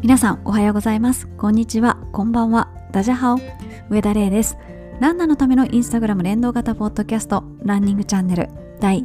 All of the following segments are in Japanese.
皆さんおはようございます。こんにちは、こんばんは。ダジャハオ、上田玲です。ランナーのためのインスタグラム連動型ポッドキャストランニングチャンネル第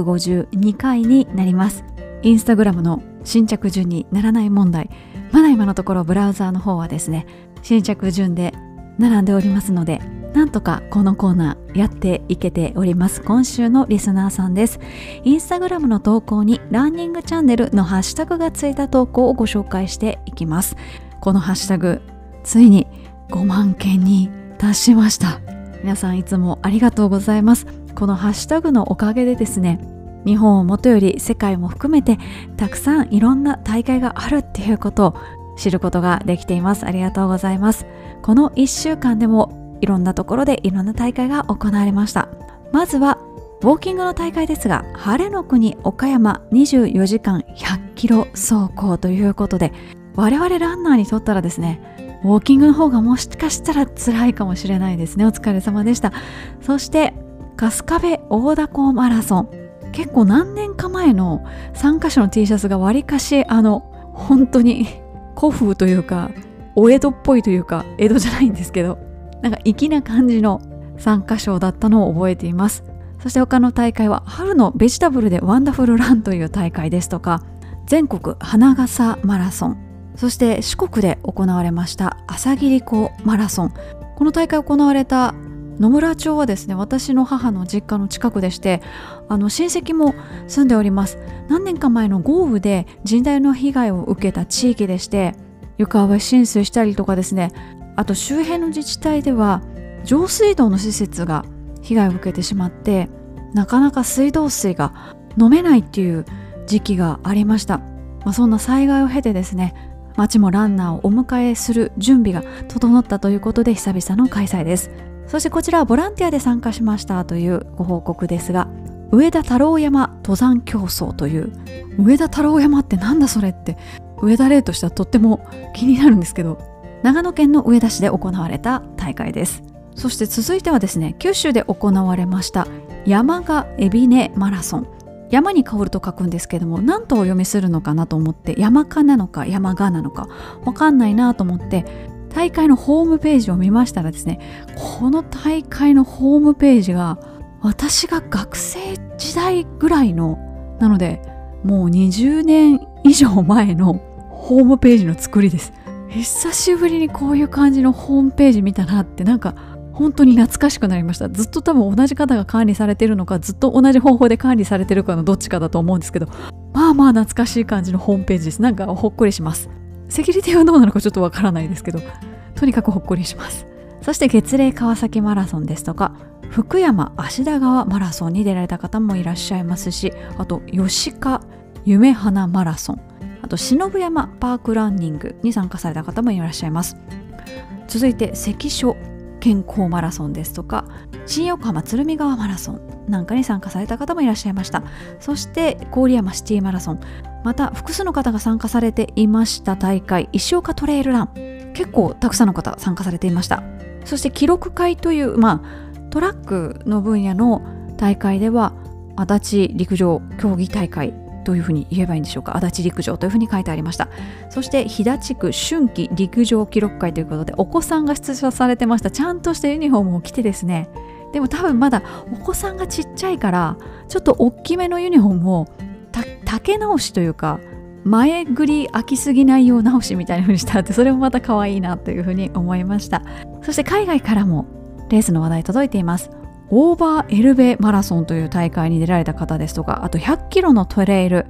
152回になります。インスタグラムの新着順にならない問題、まだ今のところブラウザーの方はですね、新着順で並んでおりますので、なんとかこのコーナーやっていけております。今週のリスナーさんです。インスタグラムの投稿にランニングチャンネルのハッシュタグがついた投稿をご紹介していきます。このハッシュタグついに5万件に達しました。皆さんいつもありがとうございます。このハッシュタグのおかげでですね、日本をもとより世界も含めてたくさんいろんな大会があるっていうことを知ることができています。ありがとうございます。この1週間でもいろんなところでいろんな大会が行われました。まずはウォーキングの大会ですが、晴れの国岡山24時間100キロ走行ということで、我々ランナーにとったらですね、ウォーキングの方がもしかしたら辛いかもしれないですね。お疲れ様でした。そして春日部大凧マラソン、結構何年か前の参加者の T シャツがわりかし本当に古風というかお江戸っぽいというか、江戸じゃないんですけど、なんか粋な感じの参加賞だったのを覚えています。そして他の大会は春のベジタブルでワンダフルランという大会ですとか、全国花笠マラソン、そして四国で行われました朝霧湖マラソン。この大会行われた野村町はですね、私の母の実家の近くでして、親戚も住んでおります。何年か前の豪雨で甚大な被害を受けた地域でして、床上浸水したりとかですね、あと周辺の自治体では上水道の施設が被害を受けてしまって、なかなか水道水が飲めないっていう時期がありました。そんな災害を経てですね、町もランナーをお迎えする準備が整ったということで久々の開催です。そしてこちらはボランティアで参加しましたというご報告ですが、上田太郎山登山競争という、上田太郎山ってなんだそれって、上田例としてはとっても気になるんですけど、長野県の上田市で行われた大会です。そして続いてはですね、九州で行われました山鹿海老根マラソン。山に香ると書くんですけども、何とお読みするのかなと思って、山鹿なのか山鹿なのかわかんないなと思って大会のホームページを見ましたらですね、この大会のホームページが私が学生時代ぐらいの、なのでもう20年以上前のホームページの作りです。久しぶりにこういう感じのホームページ見たなって、なんか本当に懐かしくなりました。ずっと多分同じ方が管理されてるのか、ずっと同じ方法で管理されてるかのどっちかだと思うんですけど、まあ懐かしい感じのホームページです。なんかほっこりします。セキュリティはどうなのかちょっとわからないですけど、とにかくほっこりします。そして月嶺川崎マラソンですとか、福山芦田川マラソンに出られた方もいらっしゃいますし、あと吉川夢花マラソン、あと篠山パークランニングに参加された方もいらっしゃいます。続いて関所健康マラソンですとか、新横浜鶴見川マラソンなんかに参加された方もいらっしゃいました。そして郡山シティマラソン、また複数の方が参加されていました大会石岡トレイルラン、結構たくさんの方参加されていました。そして記録会という、トラックの分野の大会では足立陸上競技大会というふうに言えばいいんでしょうか、足立陸上というふうに書いてありました。そして飛騨地区春季陸上記録会ということで、お子さんが出場されてました。ちゃんとしたユニフォームを着てですね、でも多分まだお子さんがちっちゃいからちょっと大きめのユニフォームを丈直しというか、前ぐり開きすぎないよう直しみたいな風にしてあって、それもまた可愛いなというふうに思いました。そして海外からもレースの話題届いています。オーバーエルベマラソンという大会に出られた方ですとか、あと100キロのトレイル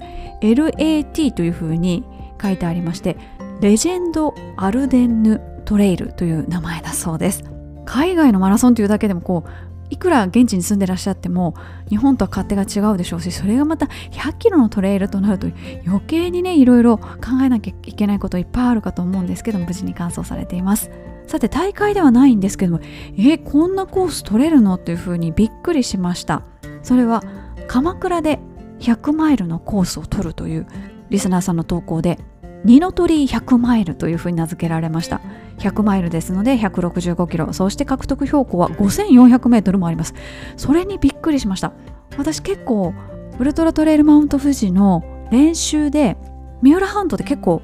LAT というふうに書いてありまして、レジェンドアルデンヌトレイルという名前だそうです。海外のマラソンというだけでもいくら現地に住んでらっしゃっても日本とは勝手が違うでしょうし、それがまた100キロのトレイルとなると余計にね、いろいろ考えなきゃいけないこといっぱいあるかと思うんですけども、無事に完走されています。さて大会ではないんですけども、こんなコース取れるのっていう風にびっくりしました。それは鎌倉で100マイルのコースを取るというリスナーさんの投稿で、二の鳥100マイルという風に名付けられました。100マイルですので165キロ、そして獲得標高は5400メートルもあります。それにびっくりしました。私結構ウルトラトレイルマウント富士の練習で三浦半島で結構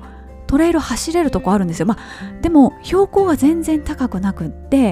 トレイル走れるとこあるんですよ。でも標高が全然高くなくって、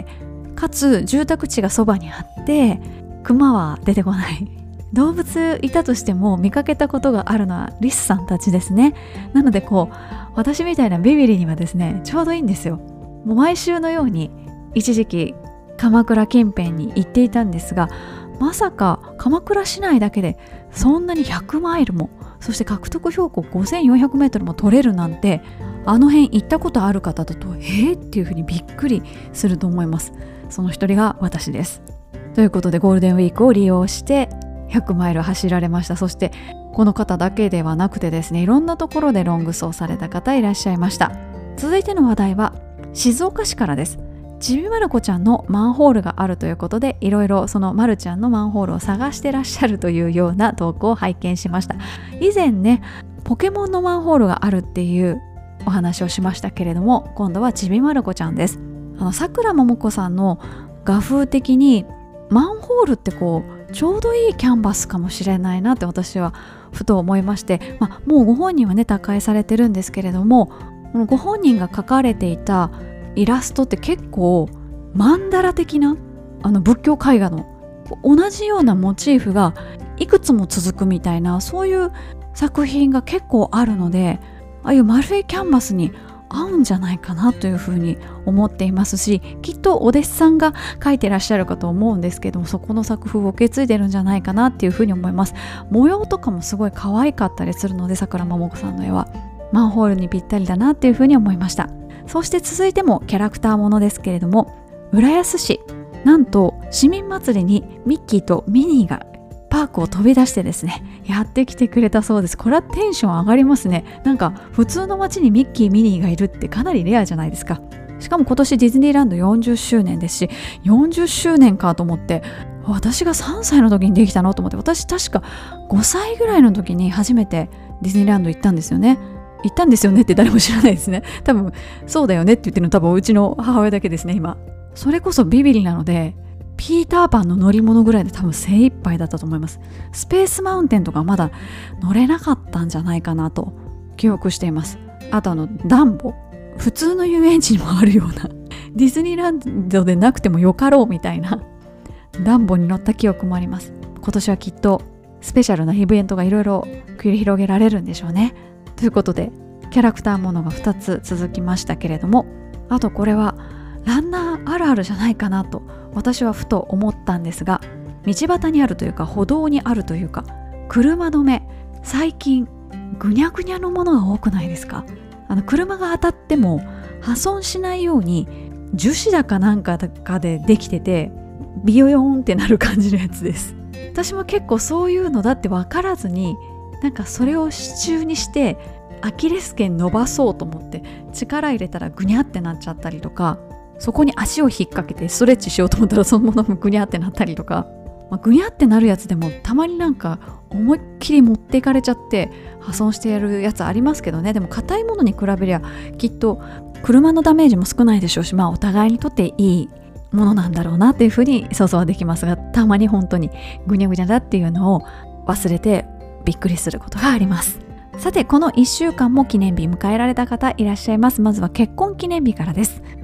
かつ住宅地がそばにあって熊は出てこない。動物いたとしても見かけたことがあるのはリスさんたちですね。なので私みたいなビビリにはですねちょうどいいんですよ。もう毎週のように一時期鎌倉近辺に行っていたんですが、まさか鎌倉市内だけでそんなに100マイルも、そして獲得標高5400メートルも取れるなんて、あの辺行ったことある方だとっていうふうにびっくりすると思います。その一人が私です。ということでゴールデンウィークを利用して100マイル走られました。そしてこの方だけではなくてですね、いろんなところでロング走された方いらっしゃいました。続いての話題は静岡市からです。ちびまる子ちゃんのマンホールがあるということで、いろいろそのまるちゃんのマンホールを探してらっしゃるというような投稿を拝見しました。以前ね、ポケモンのマンホールがあるっていうお話をしましたけれども、今度はちびまる子ちゃんです。さくらももこさんの画風的にマンホールってちょうどいいキャンバスかもしれないなって私はふと思いまして、もうご本人はね他界されてるんですけれども、このご本人が描かれていたイラストって結構マンダラ的な仏教絵画の同じようなモチーフがいくつも続くみたいな、そういう作品が結構あるので、ああいう丸いキャンバスに合うんじゃないかなというふうに思っていますし、きっとお弟子さんが描いてらっしゃるかと思うんですけども、そこの作風を受け継いでるんじゃないかなっていうふうに思います。模様とかもすごい可愛かったりするので、さくらももこさんの絵はマンホールにぴったりだなっていうふうに思いました。そして続いてもキャラクターものですけれども、浦安市、なんと市民祭りにミッキーとミニーがパークを飛び出してですねやってきてくれたそうです。これはテンション上がりますね。なんか普通の街にミッキーミニーがいるってかなりレアじゃないですか。しかも今年ディズニーランド40周年ですし、40周年かと思って、私が3歳の時にできたのと思って、私確か5歳ぐらいの時に初めてディズニーランド行ったんですよね。行ったんですよねって誰も知らないですね。多分そうだよねって言ってるの多分うちの母親だけですね今。それこそビビリなのでピーターパンの乗り物ぐらいで多分精一杯だったと思います。スペースマウンテンとかまだ乗れなかったんじゃないかなと記憶しています。あとダンボ、普通の遊園地にもあるようなディズニーランドでなくてもよかろうみたいなダンボに乗った記憶もあります。今年はきっとスペシャルなイベントがいろいろ繰り広げられるんでしょうね。ということでキャラクターものが2つ続きましたけれども、あとこれはランナーあるあるじゃないかなと私はふと思ったんですが、道端にあるというか歩道にあるというか車止め、最近ぐにゃぐにゃのものが多くないですか？車が当たっても破損しないように樹脂だかなんかでできててビヨヨーンってなる感じのやつです。私も結構そういうのだって分からずに、なんかそれを支柱にしてアキレス腱伸ばそうと思って力入れたらぐにゃってなっちゃったりとか、そこに足を引っ掛けてストレッチしようと思ったらそのものもぐにゃってなったりとか、ぐにゃってなるやつでもたまになんか思いっきり持っていかれちゃって破損してやるやつありますけどね。でも硬いものに比べりゃきっと車のダメージも少ないでしょうし、お互いにとっていいものなんだろうなっていうふうに想像はできますが、たまに本当にぐにゃぐにゃだっていうのを忘れてびっくりすることがあります。さてこの1週間も記念日迎えられた方いらっしゃいます。まずは結婚記念日からです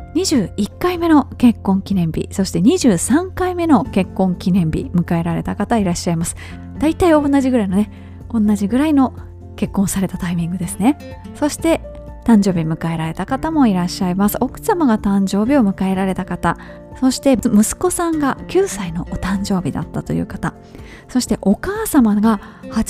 。21回目の結婚記念日、そして23回目の結婚記念日迎えられた方いらっしゃいます。だいたい同じぐらいの結婚されたタイミングですね。そして誕生日迎えられた方もいらっしゃいます。奥様が誕生日を迎えられた方、そして息子さんが9歳のお誕生日だったという方、そしてお母様が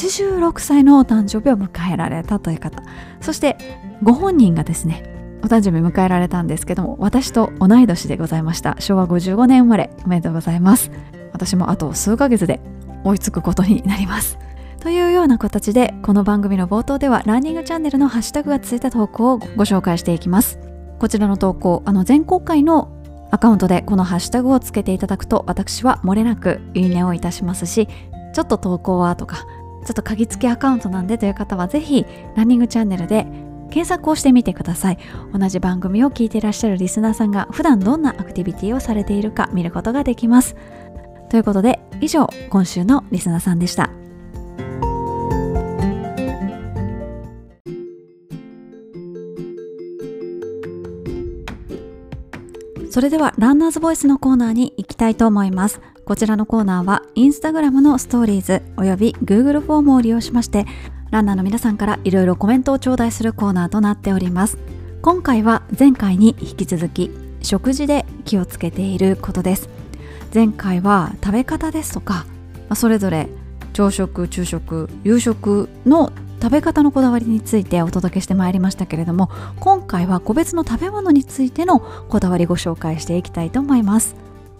86歳のお誕生日を迎えられたという方、そしてご本人がですねお誕生日迎えられたんですけども、私と同い年でございました。昭和55年生まれ、おめでとうございます。私もあと数ヶ月で追いつくことになります。というような形で、この番組の冒頭ではランニングチャンネルのハッシュタグがついた投稿をご紹介していきます。こちらの投稿、全公開のアカウントでこのハッシュタグをつけていただくと、私は漏れなくいいねをいたしますし、ちょっと投稿はとか、ちょっと鍵付きアカウントなんでという方はぜひランニングチャンネルで検索をしてみてください。同じ番組を聞いていらっしゃるリスナーさんが普段どんなアクティビティをされているか見ることができます。ということで、以上今週のリスナーさんでした。 それではランナーズボイスのコーナーに行きたいと思います。こちらのコーナーはインスタグラムのストーリーズおよび Google フォームを利用しまして、ランナーの皆さんからいろいろコメントを頂戴するコーナーとなっております。今回は前回に引き続き食事で気をつけていることです。前回は食べ方ですとか、それぞれ朝食、昼食、夕食の食べ方のこだわりについてお届けしてまいりましたけれども、今回は個別の食べ物についてのこだわりご紹介していきたいと思います。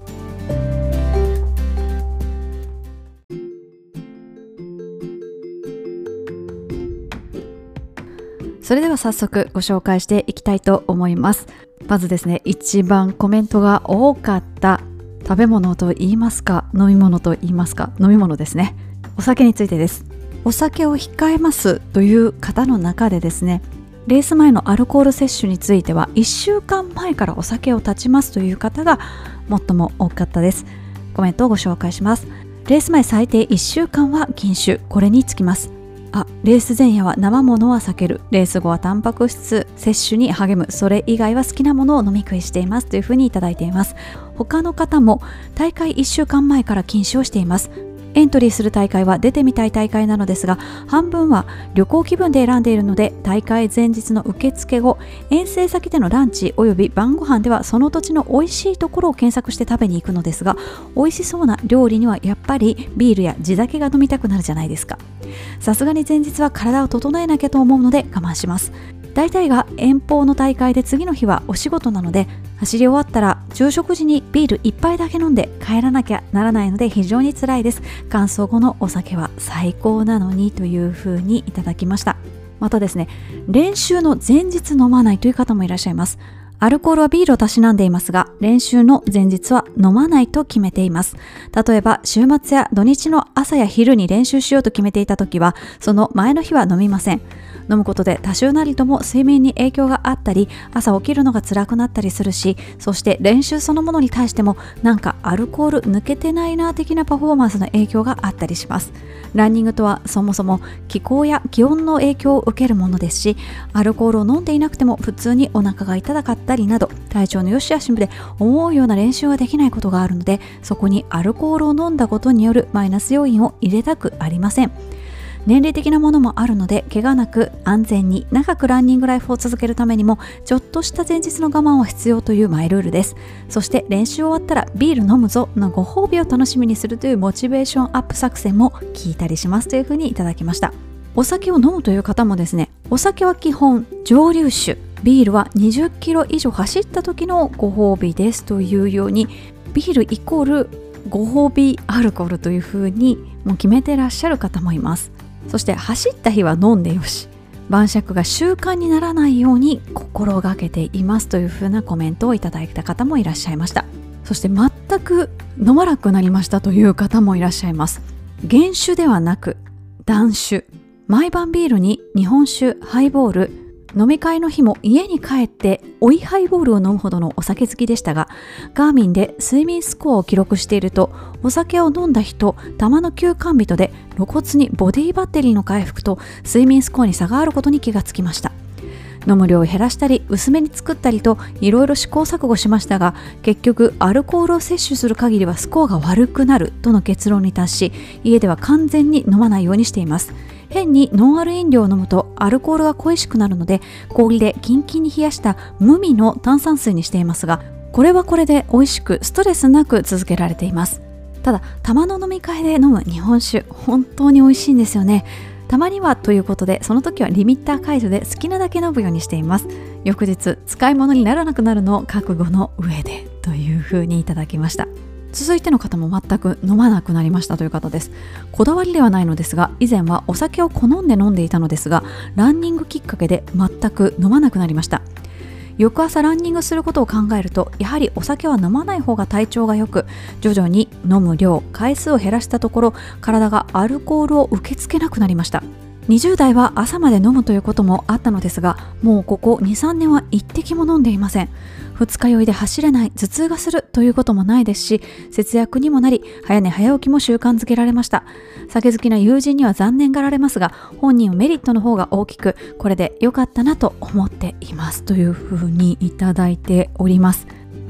それでは早速ご紹介していきたいと思います。まずですね、一番コメントが多かった食べ物と言いますか飲み物と言いますか、飲み物ですね。お酒についてです。お酒を控えますという方の中でですね、レース前のアルコール摂取については1週間前からお酒を断ちますという方が最も多かったです。コメントをご紹介します。レース前最低1週間は禁酒、これにつきます。レース前夜は生ものは避ける、レース後はタンパク質摂取に励む、それ以外は好きなものを飲み食いしていますというふうにいただいています。他の方も大会1週間前から禁酒をしています。エントリーする大会は出てみたい大会なのですが、半分は旅行気分で選んでいるので、大会前日の受付後、遠征先でのランチおよび晩ご飯ではその土地の美味しいところを検索して食べに行くのですが、美味しそうな料理にはやっぱりビールや地酒が飲みたくなるじゃないですか。さすがに前日は体を整えなきゃと思うので我慢します。大体が遠方の大会で次の日はお仕事なので、走り終わったら昼食時にビール1杯だけ飲んで帰らなきゃならないので非常に辛いです。乾燥後のお酒は最高なのにというふうにいただきました。またですね、練習の前日飲まないという方もいらっしゃいます。アルコールはビールをたしなんでいますが、練習の前日は飲まないと決めています。例えば週末や土日の朝や昼に練習しようと決めていた時は、その前の日は飲みません。飲むことで多少なりとも睡眠に影響があったり、朝起きるのが辛くなったりするし、そして練習そのものに対してもなんかアルコール抜けてないな的なパフォーマンスの影響があったりします。ランニングとはそもそも気候や気温の影響を受けるものですし、アルコールを飲んでいなくても普通にお腹が痛かったりなど、体調の良し悪しで思うような練習ができないことがあるので、そこにアルコールを飲んだことによるマイナス要因を入れたくありません。年齢的なものもあるので、怪我なく安全に長くランニングライフを続けるためにも、ちょっとした前日の我慢は必要というマイルールです。そして練習終わったらビール飲むぞのご褒美を楽しみにするというモチベーションアップ作戦も効いたりしますというふうにいただきました。お酒を飲むという方もですね、お酒は基本蒸留酒、ビールは20キロ以上走った時のご褒美ですというように、ビールイコールご褒美アルコールというふうにもう決めてらっしゃる方もいます。そして走った日は飲んでよし、晩酌が習慣にならないように心がけていますというふうなコメントをいただいた方もいらっしゃいました。そして全く飲まなくなりましたという方もいらっしゃいます。原酒ではなく断酒、毎晩ビールに日本酒、ハイボール、飲み会の日も家に帰って追いハイボールを飲むほどのお酒好きでしたが、ガーミンで睡眠スコアを記録していると、お酒を飲んだ日と玉の休館日とで露骨にボディバッテリーの回復と睡眠スコアに差があることに気がつきました。飲む量を減らしたり薄めに作ったりといろいろ試行錯誤しましたが、結局アルコールを摂取する限りはスコアが悪くなるとの結論に達し、家では完全に飲まないようにしています。変にノンアル飲料を飲むとアルコールが恋しくなるので、氷でキンキンに冷やした無味の炭酸水にしていますが、これはこれで美味しくストレスなく続けられています。ただ、たまの飲み会で飲む日本酒、本当に美味しいんですよね。たまにはということで、その時はリミッター解除で好きなだけ飲むようにしています。翌日使い物にならなくなるのを覚悟の上でというふうにいただきました。続いての方も全く飲まなくなりましたという方です。こだわりではないのですが、以前はお酒を好んで飲んでいたのですが、ランニングきっかけで全く飲まなくなりました。翌朝ランニングすることを考えると、やはりお酒は飲まない方が体調が良く、徐々に飲む量、回数を減らしたところ、体がアルコールを受け付けなくなりました。20代は朝まで飲むということもあったのですが、もうここ 2,3 年は一滴も飲んでいません。二日酔いで走れない、頭痛がするということもないですし、節約にもなり、早寝早起きも習慣づけられました。酒好きな友人には残念がられますが、本人はメリットの方が大きく、これで良かったなと思っていますというふうにいただいております。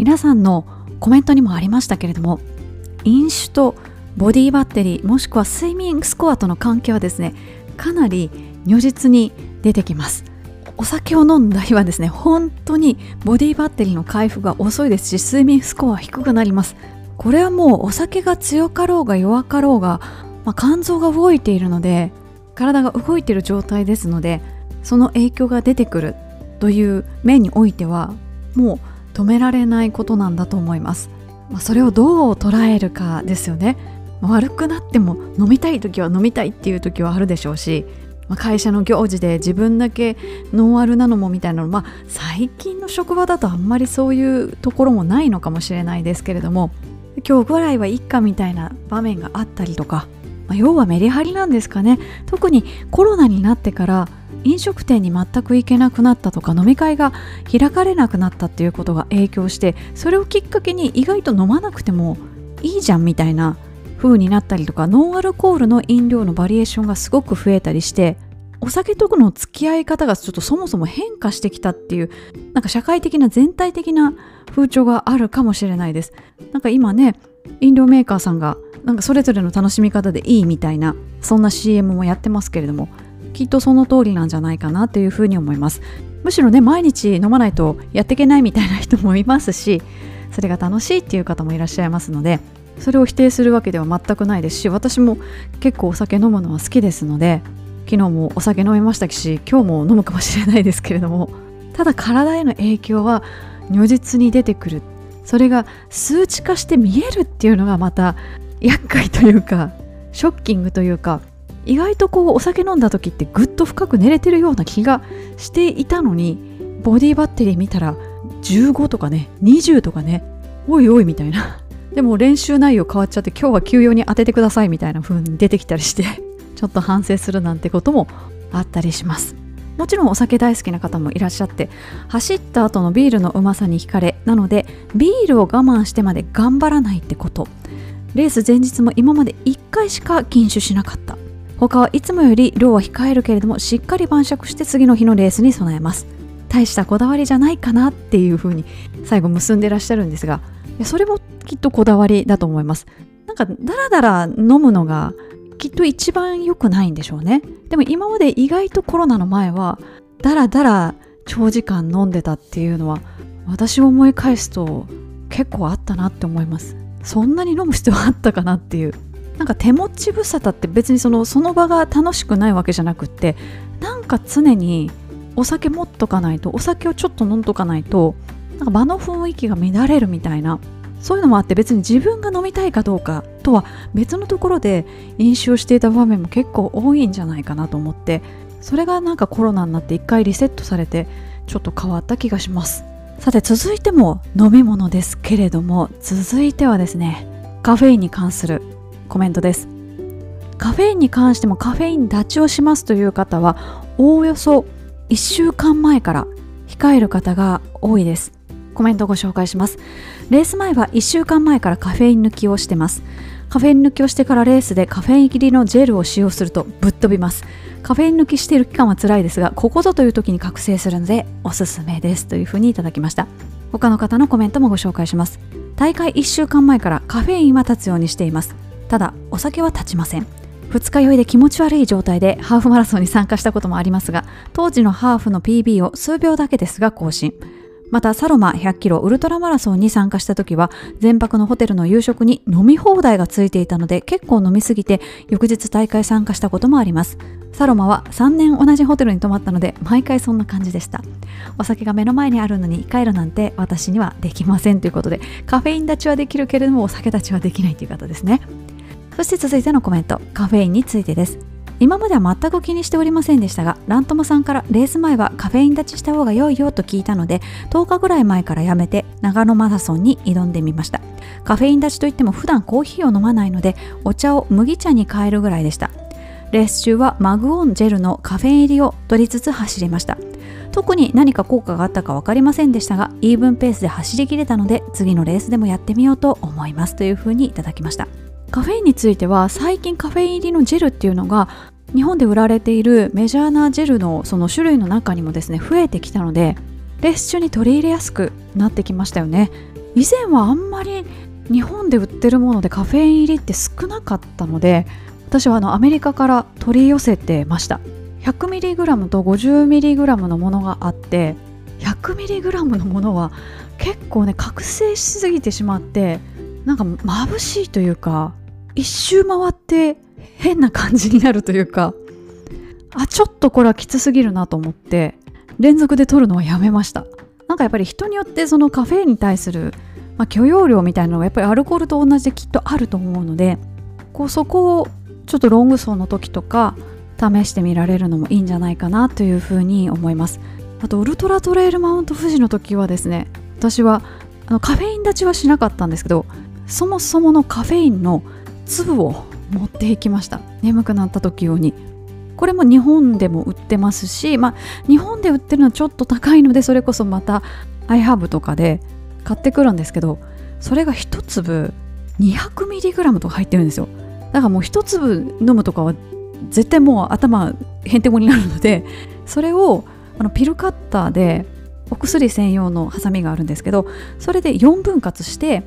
皆さんのコメントにもありましたけれども、飲酒とボディバッテリーもしくは睡眠スコアとの関係はですね、かなり如実に出てきます。お酒を飲んだ日はですね、本当にボディバッテリーの回復が遅いですし、睡眠スコアは低くなります。これはもうお酒が強かろうが弱かろうが、肝臓が動いているので、体が動いている状態ですので、その影響が出てくるという面においてはもう止められないことなんだと思います。それをどう捉えるかですよね。悪くなっても飲みたい時は飲みたいっていう時はあるでしょうし、会社の行事で自分だけノンアルなのもみたいなの、最近の職場だとあんまりそういうところもないのかもしれないですけれども、今日ぐらいはいっかみたいな場面があったりとか、要はメリハリなんですかね。特にコロナになってから飲食店に全く行けなくなったとか、飲み会が開かれなくなったっていうことが影響して、それをきっかけに意外と飲まなくてもいいじゃんみたいな風になったりとか、ノンアルコールの飲料のバリエーションがすごく増えたりして、お酒との付き合い方がちょっとそもそも変化してきたっていう、社会的な全体的な風潮があるかもしれないです。今ね、飲料メーカーさんがそれぞれの楽しみ方でいいみたいな、そんな CM もやってますけれども、きっとその通りなんじゃないかなというふうに思います。むしろね、毎日飲まないとやっていけないみたいな人もいますし、それが楽しいっていう方もいらっしゃいますので、それを否定するわけでは全くないですし、私も結構お酒飲むのは好きですので、昨日もお酒飲みましたし、今日も飲むかもしれないですけれども、ただ体への影響は如実に出てくる。それが数値化して見えるっていうのがまた厄介というか、ショッキングというか、意外とお酒飲んだ時ってぐっと深く寝れてるような気がしていたのに、ボディバッテリー見たら15とかね、20とかね、おいおいみたいな。でも練習内容変わっちゃって、今日は休養に当ててくださいみたいな風に出てきたりして、ちょっと反省するなんてこともあったりします。もちろんお酒大好きな方もいらっしゃって、走った後のビールのうまさに惹かれ、なのでビールを我慢してまで頑張らないってこと。レース前日も今まで1回しか禁酒しなかった。他はいつもより量は控えるけれども、しっかり晩酌して次の日のレースに備えます。大したこだわりじゃないかなっていう風に最後結んでらっしゃるんですが、それもきっとこだわりだと思います。だらだら飲むのがきっと一番良くないんでしょうね。でも今まで意外とコロナの前はだらだら長時間飲んでたっていうのは、私を思い返すと結構あったなって思います。そんなに飲む必要あったかなっていう。手持ち無沙汰って別にその場が楽しくないわけじゃなくって、常にお酒持っとかないと、お酒をちょっと飲んどかないと場の雰囲気が乱れるみたいな、そういうのもあって、別に自分が飲みたいかどうかとは別のところで飲酒をしていた場面も結構多いんじゃないかなと思って、それがコロナになって一回リセットされてちょっと変わった気がします。さて続いても飲み物ですけれども、続いてはですね、カフェインに関するコメントです。カフェインに関してもカフェイン断ちをしますという方はおおよそ1週間前から控える方が多いです。コメントをご紹介します。レース前は1週間前からカフェイン抜きをしてます。カフェイン抜きをしてからレースでカフェイン入りのジェルを使用するとぶっ飛びます。カフェイン抜きしている期間は辛いですが、ここぞという時に覚醒するのでおすすめですというふうにいただきました。他の方のコメントもご紹介します。大会1週間前からカフェインは断つようにしています。ただお酒は断ちません。二日酔いで気持ち悪い状態でハーフマラソンに参加したこともありますが、当時のハーフの PB を数秒だけですが更新。またサロマ100キロウルトラマラソンに参加した時は、全泊のホテルの夕食に飲み放題がついていたので結構飲みすぎて翌日大会参加したこともあります。サロマは3年同じホテルに泊まったので毎回そんな感じでした。お酒が目の前にあるのに帰るなんて私にはできませんということで、カフェイン断ちはできるけれどもお酒断ちはできないという方ですね。そして続いてのコメント、カフェインについてです。今までは全く気にしておりませんでしたが、ラントマさんからレース前はカフェイン断ちした方が良いよと聞いたので、10日ぐらい前からやめて長野マラソンに挑んでみました。カフェイン断ちといっても普段コーヒーを飲まないので、お茶を麦茶に変えるぐらいでした。レース中はマグオンジェルのカフェイン入りを取りつつ走りました。特に何か効果があったか分かりませんでしたが、イーブンペースで走り切れたので次のレースでもやってみようと思いますというふうにいただきました。カフェインについては最近カフェイン入りのジェルっていうのが日本で売られているメジャーなジェルのその種類の中にもですね増えてきたので、レース中に取り入れやすくなってきましたよね。 以前はあんまり日本で売ってるものでカフェイン入りって少なかったので、私はアメリカから取り寄せてました。 100mg と 50mg のものがあって、 100mg のものは結構ね覚醒しすぎてしまって、なんか眩しいというか、一周回って変な感じになるというか、ちょっとこれはきつすぎるなと思って連続で取るのはやめました。なんかやっぱり人によってそのカフェインに対する、許容量みたいなのがやっぱりアルコールと同じできっとあると思うので、そこをちょっとロング走の時とか試してみられるのもいいんじゃないかなというふうに思います。あとウルトラトレイルマウント富士の時はですね、私はカフェイン立ちはしなかったんですけど、そもそものカフェインの粒を持っていきました。眠くなった時用に。これも日本でも売ってますし、日本で売ってるのはちょっと高いので、それこそまたiHerbとかで買ってくるんですけど、それが1粒 200mg とか入ってるんですよ。だからもう1粒飲むとかは絶対もう頭へんてこになるので、それをピルカッターで、お薬専用のハサミがあるんですけど、それで4分割して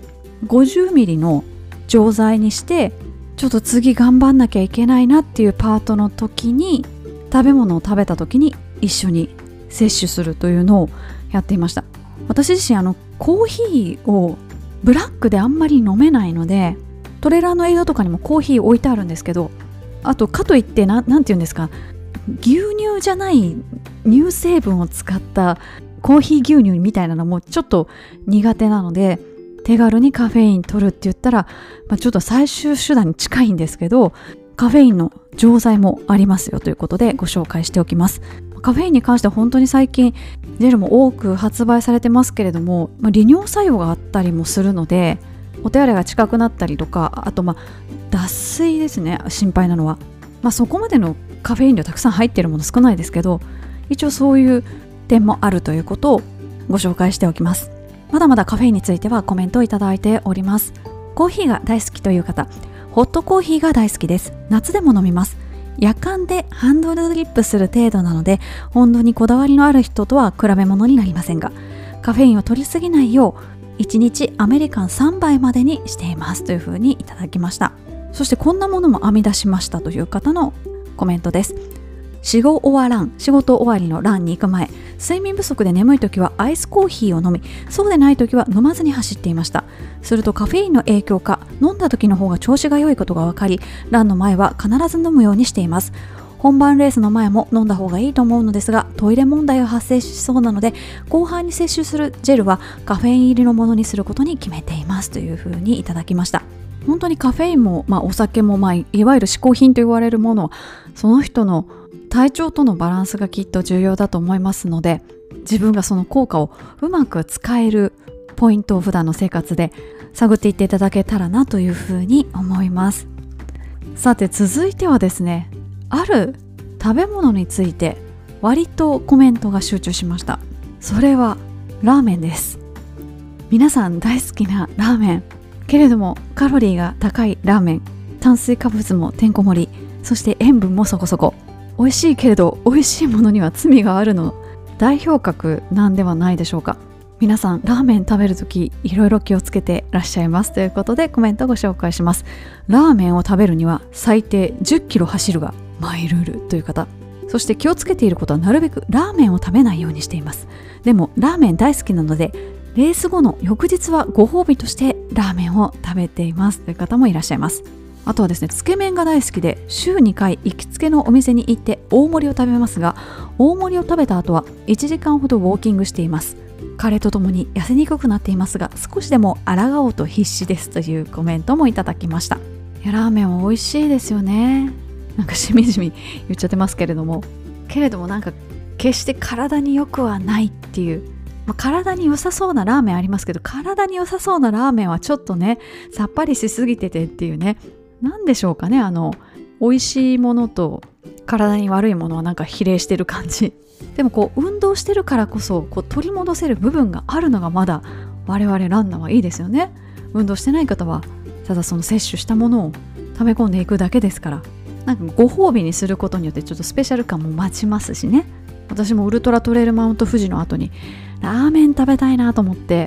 50mlの錠剤にして、ちょっと次頑張んなきゃいけないなっていうパートの時に、食べ物を食べた時に一緒に摂取するというのをやっていました。私自身コーヒーをブラックであんまり飲めないので、トレーラーの映像とかにもコーヒー置いてあるんですけど、あとかといってなんて言うんですか、牛乳じゃない乳成分を使ったコーヒー牛乳みたいなのもちょっと苦手なので、手軽にカフェイン取るって言ったら、ちょっと最終手段に近いんですけど、カフェインの錠剤もありますよということでご紹介しておきます。カフェインに関しては本当に最近ジェルも多く発売されてますけれども、利尿作用があったりもするので、お手洗いが近くなったりとか、あと脱水ですね、心配なのは。そこまでのカフェイン量たくさん入っているもの少ないですけど、一応そういう点もあるということをご紹介しておきます。まだまだカフェインについてはコメントをいただいております。コーヒーが大好きという方、ホットコーヒーが大好きです。夏でも飲みます。夜間でハンドルドリップする程度なので、温度にこだわりのある人とは比べ物になりませんが、カフェインを取りすぎないよう1日アメリカン3杯までにしていますというふうにいただきました。そしてこんなものも編み出しましたという方のコメントです。仕事終わりのランに行く前、睡眠不足で眠い時はアイスコーヒーを飲み、そうでない時は飲まずに走っていました。するとカフェインの影響か、飲んだ時の方が調子が良いことが分かり、ランの前は必ず飲むようにしています。本番レースの前も飲んだ方がいいと思うのですが、トイレ問題が発生しそうなので、後半に摂取するジェルはカフェイン入りのものにすることに決めていますというふうにいただきました。本当にカフェインも、お酒も、いわゆる嗜好品と言われるものは、その人の体調とのバランスがきっと重要だと思いますので、自分がその効果をうまく使えるポイントを普段の生活で探っていっていただけたらなというふうに思います。さて続いてはですね、ある食べ物について割とコメントが集中しました。それはラーメンです。皆さん大好きなラーメン、けれどもカロリーが高いラーメン、炭水化物もてんこ盛り、そして塩分もそこそこ、美味しいけれど美味しいものには罪があるの代表格なんではないでしょうか。皆さんラーメン食べるときいろいろ気をつけてらっしゃいますということでコメントをご紹介します。ラーメンを食べるには最低10キロ走るがマイルールという方、そして気をつけていることはなるべくラーメンを食べないようにしています。でもラーメン大好きなのでレース後の翌日はご褒美としてラーメンを食べていますという方もいらっしゃいます。あとはですね、つけ麺が大好きで週2回行きつけのお店に行って大盛りを食べますが、大盛りを食べた後は1時間ほどウォーキングしています。彼とともに痩せにくくなっていますが、少しでも抗おうと必死ですというコメントもいただきました。いや、ラーメンは美味しいですよね。なんかしみじみ言っちゃってますけれども、なんか決して体に良くはないっていう、体に良さそうなラーメンありますけど、体に良さそうなラーメンはちょっとね、さっぱりしすぎててっていうね、なんでしょうかね、美味しいものと体に悪いものはなんか比例してる感じ。でも運動してるからこそ取り戻せる部分があるのがまだ我々ランナーはいいですよね。運動してない方はただその摂取したものを溜め込んでいくだけですから、なんかご褒美にすることによってちょっとスペシャル感も増しますしね。私もウルトラトレイルマウント富士の後にラーメン食べたいなと思って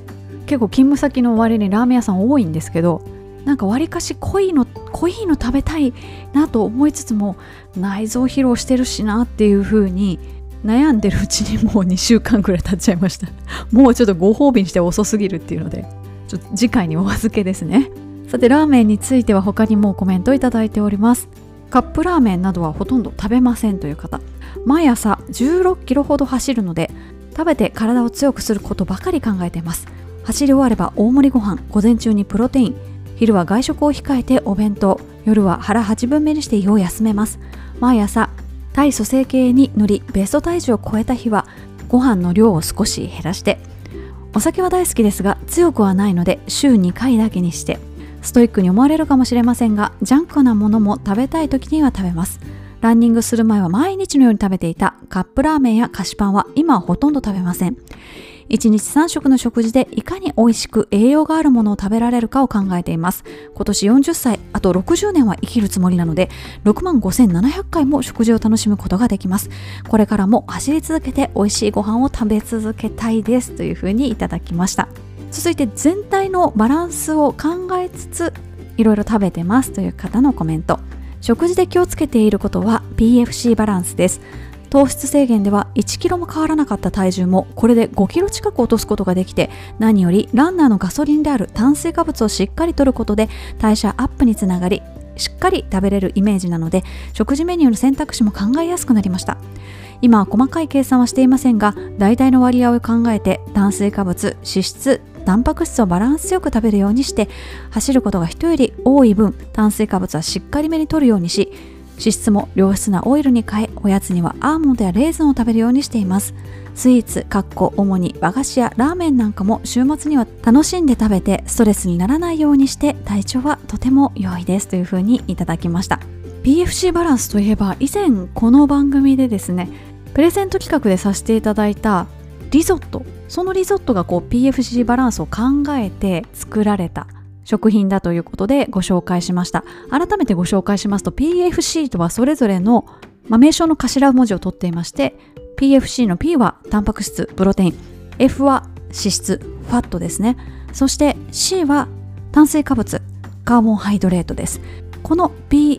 結構勤務先の割にラーメン屋さん多いんですけど、なんかわりかし濃いの食べたいなと思いつつも、内臓疲労してるしなっていう風に悩んでるうちにもう2週間くらい経っちゃいました。もうちょっとご褒美にして遅すぎるっていうので、ちょっと次回にお預けですね。さて、ラーメンについては他にもコメントいただいております。カップラーメンなどはほとんど食べませんという方。毎朝16キロほど走るので、食べて体を強くすることばかり考えています。走り終われば大盛りご飯、午前中にプロテイン、昼は外食を控えてお弁当、夜は腹8分目にして胃を休めます。毎朝体組成計に乗り、ベスト体重を超えた日はご飯の量を少し減らして、お酒は大好きですが強くはないので週2回だけにして、ストイックに思われるかもしれませんが、ジャンクなものも食べたい時には食べます。ランニングする前は毎日のように食べていたカップラーメンや菓子パンは今はほとんど食べません。1日3食の食事でいかに美味しく栄養があるものを食べられるかを考えています。今年40歳、あと60年は生きるつもりなので、65,700回も食事を楽しむことができます。これからも走り続けて美味しいご飯を食べ続けたいですというふうにいただきました。続いて、全体のバランスを考えつついろいろ食べてますという方のコメント。食事で気をつけていることは PFC バランスです。糖質制限では1キロも変わらなかった体重もこれで5キロ近く落とすことができて、何よりランナーのガソリンである炭水化物をしっかり摂ることで代謝アップにつながり、しっかり食べれるイメージなので、食事メニューの選択肢も考えやすくなりました。今は細かい計算はしていませんが、大体の割合を考えて炭水化物、脂質、タンパク質をバランスよく食べるようにして、走ることが人より多い分炭水化物はしっかりめに摂るようにし、脂質も良質なオイルに変え、おやつにはアーモンドやレーズンを食べるようにしています。スイーツ、主に和菓子やラーメンなんかも週末には楽しんで食べてストレスにならないようにして、体調はとても良いですというふうにいただきました。 PFC バランスといえば、以前この番組でですね、プレゼント企画でさせていただいたリゾット、そのリゾットがPFC バランスを考えて作られた食品だということでご紹介しました。改めてご紹介しますと、 PFC とはそれぞれの、名称の頭文字を取っていまして、 PFC の P はタンパク質、プロテイン、 F は脂質、ファットですね。そして C は炭水化物、カーボンハイドレートです。この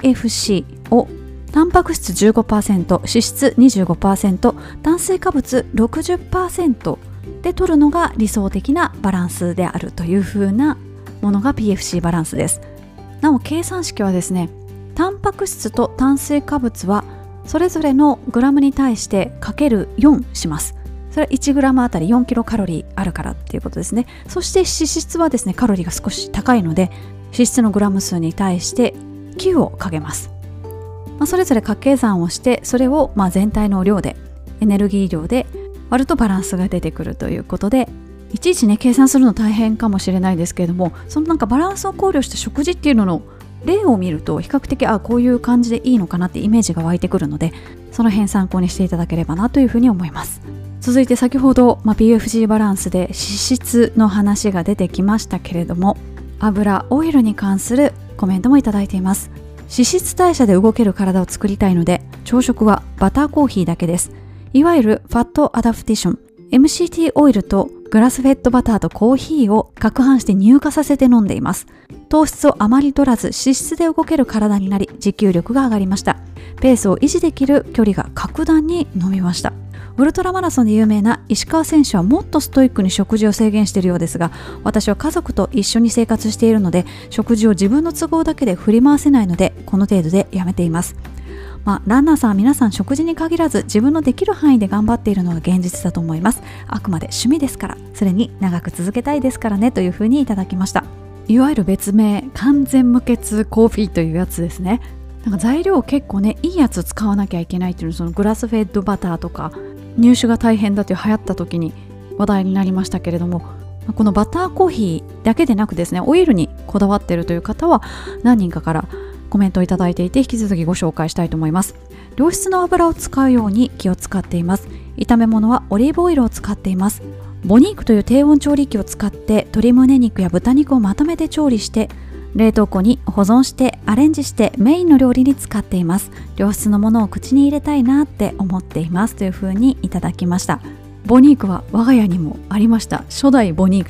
PFC をタンパク質 15%、脂質 25%、炭水化物 60% で取るのが理想的なバランスであるというふうなものが PFC バランスです。なお計算式はですね、タンパク質と炭水化物はそれぞれのグラムに対してかける4します。それは1グラムあたり4キロカロリーあるからっていうことですね。そして脂質はですね、カロリーが少し高いので、脂質のグラム数に対して9をかけます。それぞれ掛け算をして、それを全体の量で、エネルギー量で割るとバランスが出てくるということで、いちいちね計算するの大変かもしれないですけれども、そのバランスを考慮した食事っていうのの例を見ると、比較的こういう感じでいいのかなってイメージが湧いてくるので、その辺参考にしていただければなというふうに思います。続いて、先ほど、PFC バランスで脂質の話が出てきましたけれども、油、オイルに関するコメントもいただいています。脂質代謝で動ける体を作りたいので、朝食はバターコーヒーだけです。いわゆるファットアダプティション、MCT オイルとグラスフェッドバターとコーヒーを攪拌して乳化させて飲んでいます。糖質をあまり取らず脂質で動ける体になり、持久力が上がりました。ペースを維持できる距離が格段に伸びました。ウルトラマラソンで有名な石川選手はもっとストイックに食事を制限しているようですが、私は家族と一緒に生活しているので、食事を自分の都合だけで振り回せないので、この程度でやめています。ランナーさんは皆さん食事に限らず自分のできる範囲で頑張っているのが現実だと思います。あくまで趣味ですから、それに長く続けたいですからねというふうにいただきました。いわゆる別名完全無欠コーヒーというやつですね。材料結構ね、いいやつ使わなきゃいけないっていうの、そのグラスフェッドバターとか入手が大変だという流行った時に話題になりましたけれども、このバターコーヒーだけでなくですね、オイルにこだわっているという方は何人かからコメントをいただいていて、引き続きご紹介したいと思います。良質の油を使うように気を使っています。炒め物はオリーブオイルを使っています。ボニークという低温調理器を使って鶏胸肉や豚肉をまとめて調理して、冷凍庫に保存してアレンジしてメインの料理に使っています。良質のものを口に入れたいなって思っていますというふうにいただきました。ボニークは我が家にもありました。初代ボニークと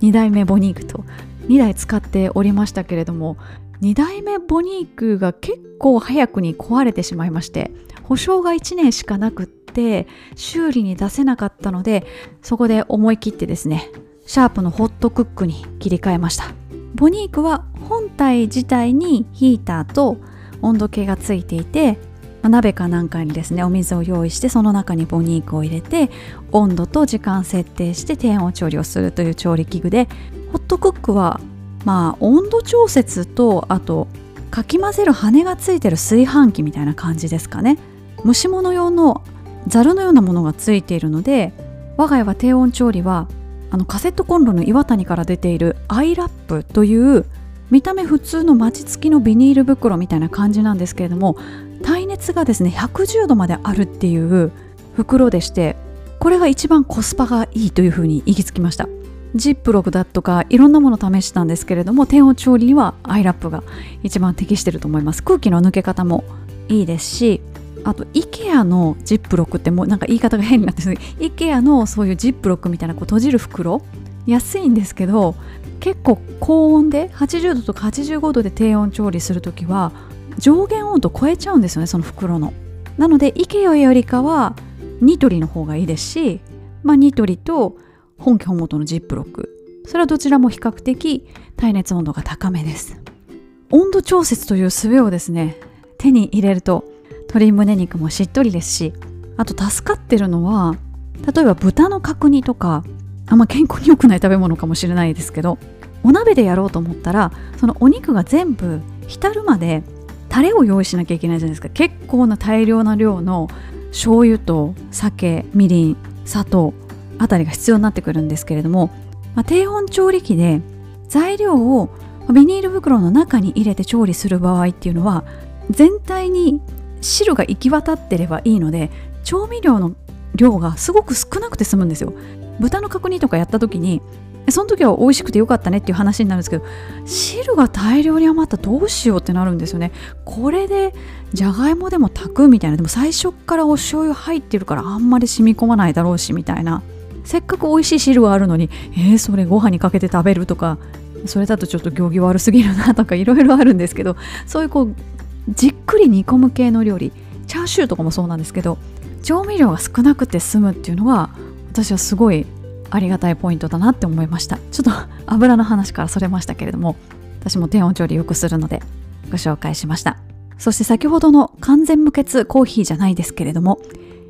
2代目ボニークと2台使っておりましたけれども、2代目ボニークが結構早くに壊れてしまいまして、保証が1年しかなくって修理に出せなかったので、そこで思い切ってですね、シャープのホットクックに切り替えました。ボニークは本体自体にヒーターと温度計がついていて、鍋かなんかにですねお水を用意して、その中にボニークを入れて温度と時間設定して低温調理をするという調理器具で、ホットクックは温度調節と、あとかき混ぜる羽がついてる炊飯器みたいな感じですかね。蒸し物用のザルのようなものがついているので、我が家は低温調理はカセットコンロの岩谷から出ているアイラップという見た目普通のマチ付きのビニール袋みたいな感じなんですけれども、耐熱がですね110度まであるっていう袋でして、これが一番コスパがいいというふうに行き着きました。ジップロックだとかいろんなもの試したんですけれども、低温調理にはアイラップが一番適していると思います。空気の抜け方もいいですし、あと IKEA のジップロックってもうなんか言い方が変になってるんですけど、 IKEA のそういうジップロックみたいな閉じる袋、安いんですけど結構高温で80度とか85度で低温調理するときは上限温度超えちゃうんですよね、その袋の。なので IKEA よりかはニトリの方がいいですし、ニトリと本家本元のジップロック、それはどちらも比較的耐熱温度が高めです。温度調節という術をですね手に入れると鶏胸肉もしっとりですし、あと助かってるのは、例えば豚の角煮とか健康に良くない食べ物かもしれないですけど、お鍋でやろうと思ったらそのお肉が全部浸るまでタレを用意しなきゃいけないじゃないですか。結構な大量な量の醤油と酒、みりん、砂糖あたりが必要になってくるんですけれども、低温調理器で材料をビニール袋の中に入れて調理する場合っていうのは、全体に汁が行き渡ってればいいので、調味料の量がすごく少なくて済むんですよ。豚の角煮とかやった時に、その時は美味しくてよかったねっていう話になるんですけど、汁が大量に余った、どうしようってなるんですよね。これでじゃがいもでも炊くみたいな、でも最初からお醤油入ってるからあんまり染み込まないだろうしみたいな、せっかく美味しい汁があるのにそれご飯にかけて食べるとか、それだとちょっと行儀悪すぎるなとかいろいろあるんですけど、そういうじっくり煮込む系の料理、チャーシューとかもそうなんですけど、調味料が少なくて済むっていうのは私はすごいありがたいポイントだなって思いました。ちょっと油の話からそれましたけれども、私も低温調理よくするのでご紹介しました。そして先ほどの完全無欠コーヒーじゃないですけれども、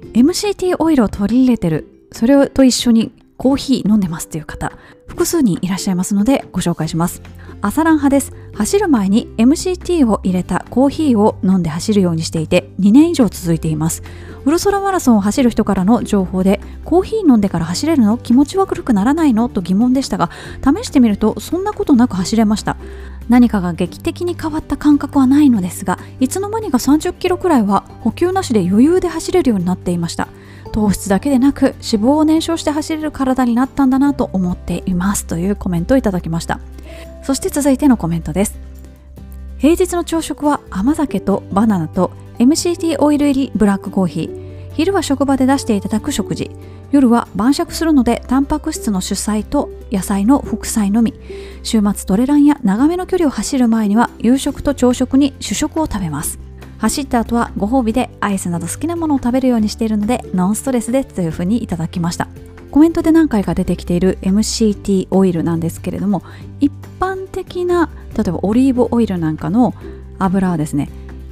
MCT オイルを取り入れてる、それと一緒にコーヒー飲んでますっていう方複数人いらっしゃいますのでご紹介します。朝ラン派です。走る前に MCT を入れたコーヒーを飲んで走るようにしていて2年以上続いています。ウルソラマラソンを走る人からの情報で、コーヒー飲んでから走れるの？気持ち悪くならないの？と疑問でしたが、試してみるとそんなことなく走れました。何かが劇的に変わった感覚はないのですが、いつの間にか30キロくらいは補給なしで余裕で走れるようになっていました。糖質だけでなく脂肪を燃焼して走れる体になったんだなと思っていますというコメントをいただきました。そして続いてのコメントです。平日の朝食は甘酒とバナナと MCT オイル入りブラックコーヒー、昼は職場で出していただく食事、夜は晩酌するのでタンパク質の主菜と野菜の副菜のみ、週末トレランや長めの距離を走る前には夕食と朝食に主食を食べます。走った後はご褒美でアイスなど好きなものを食べるようにしているのでノンストレスでというふうにいただきました。コメントで何回か出てきている MCT オイルなんですけれども、一般的な例えばオリーブオイルなんかの油はですね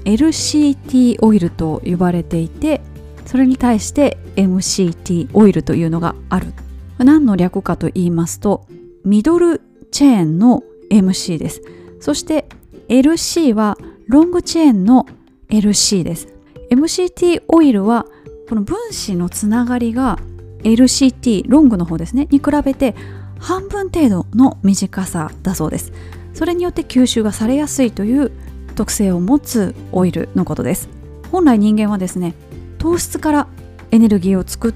LCT オイルと呼ばれていて、それに対して MCT オイルというのがある。何の略かと言いますと、ミドルチェーンの MC です。そして LC はロングチェーンの LC です。 MCT オイルはこの分子のつながりが LCT ロングの方ですねに比べて半分程度の短さだそうです。それによって吸収がされやすいという特性を持つオイルのことです。本来人間はですね、糖質からエネルギーを作って、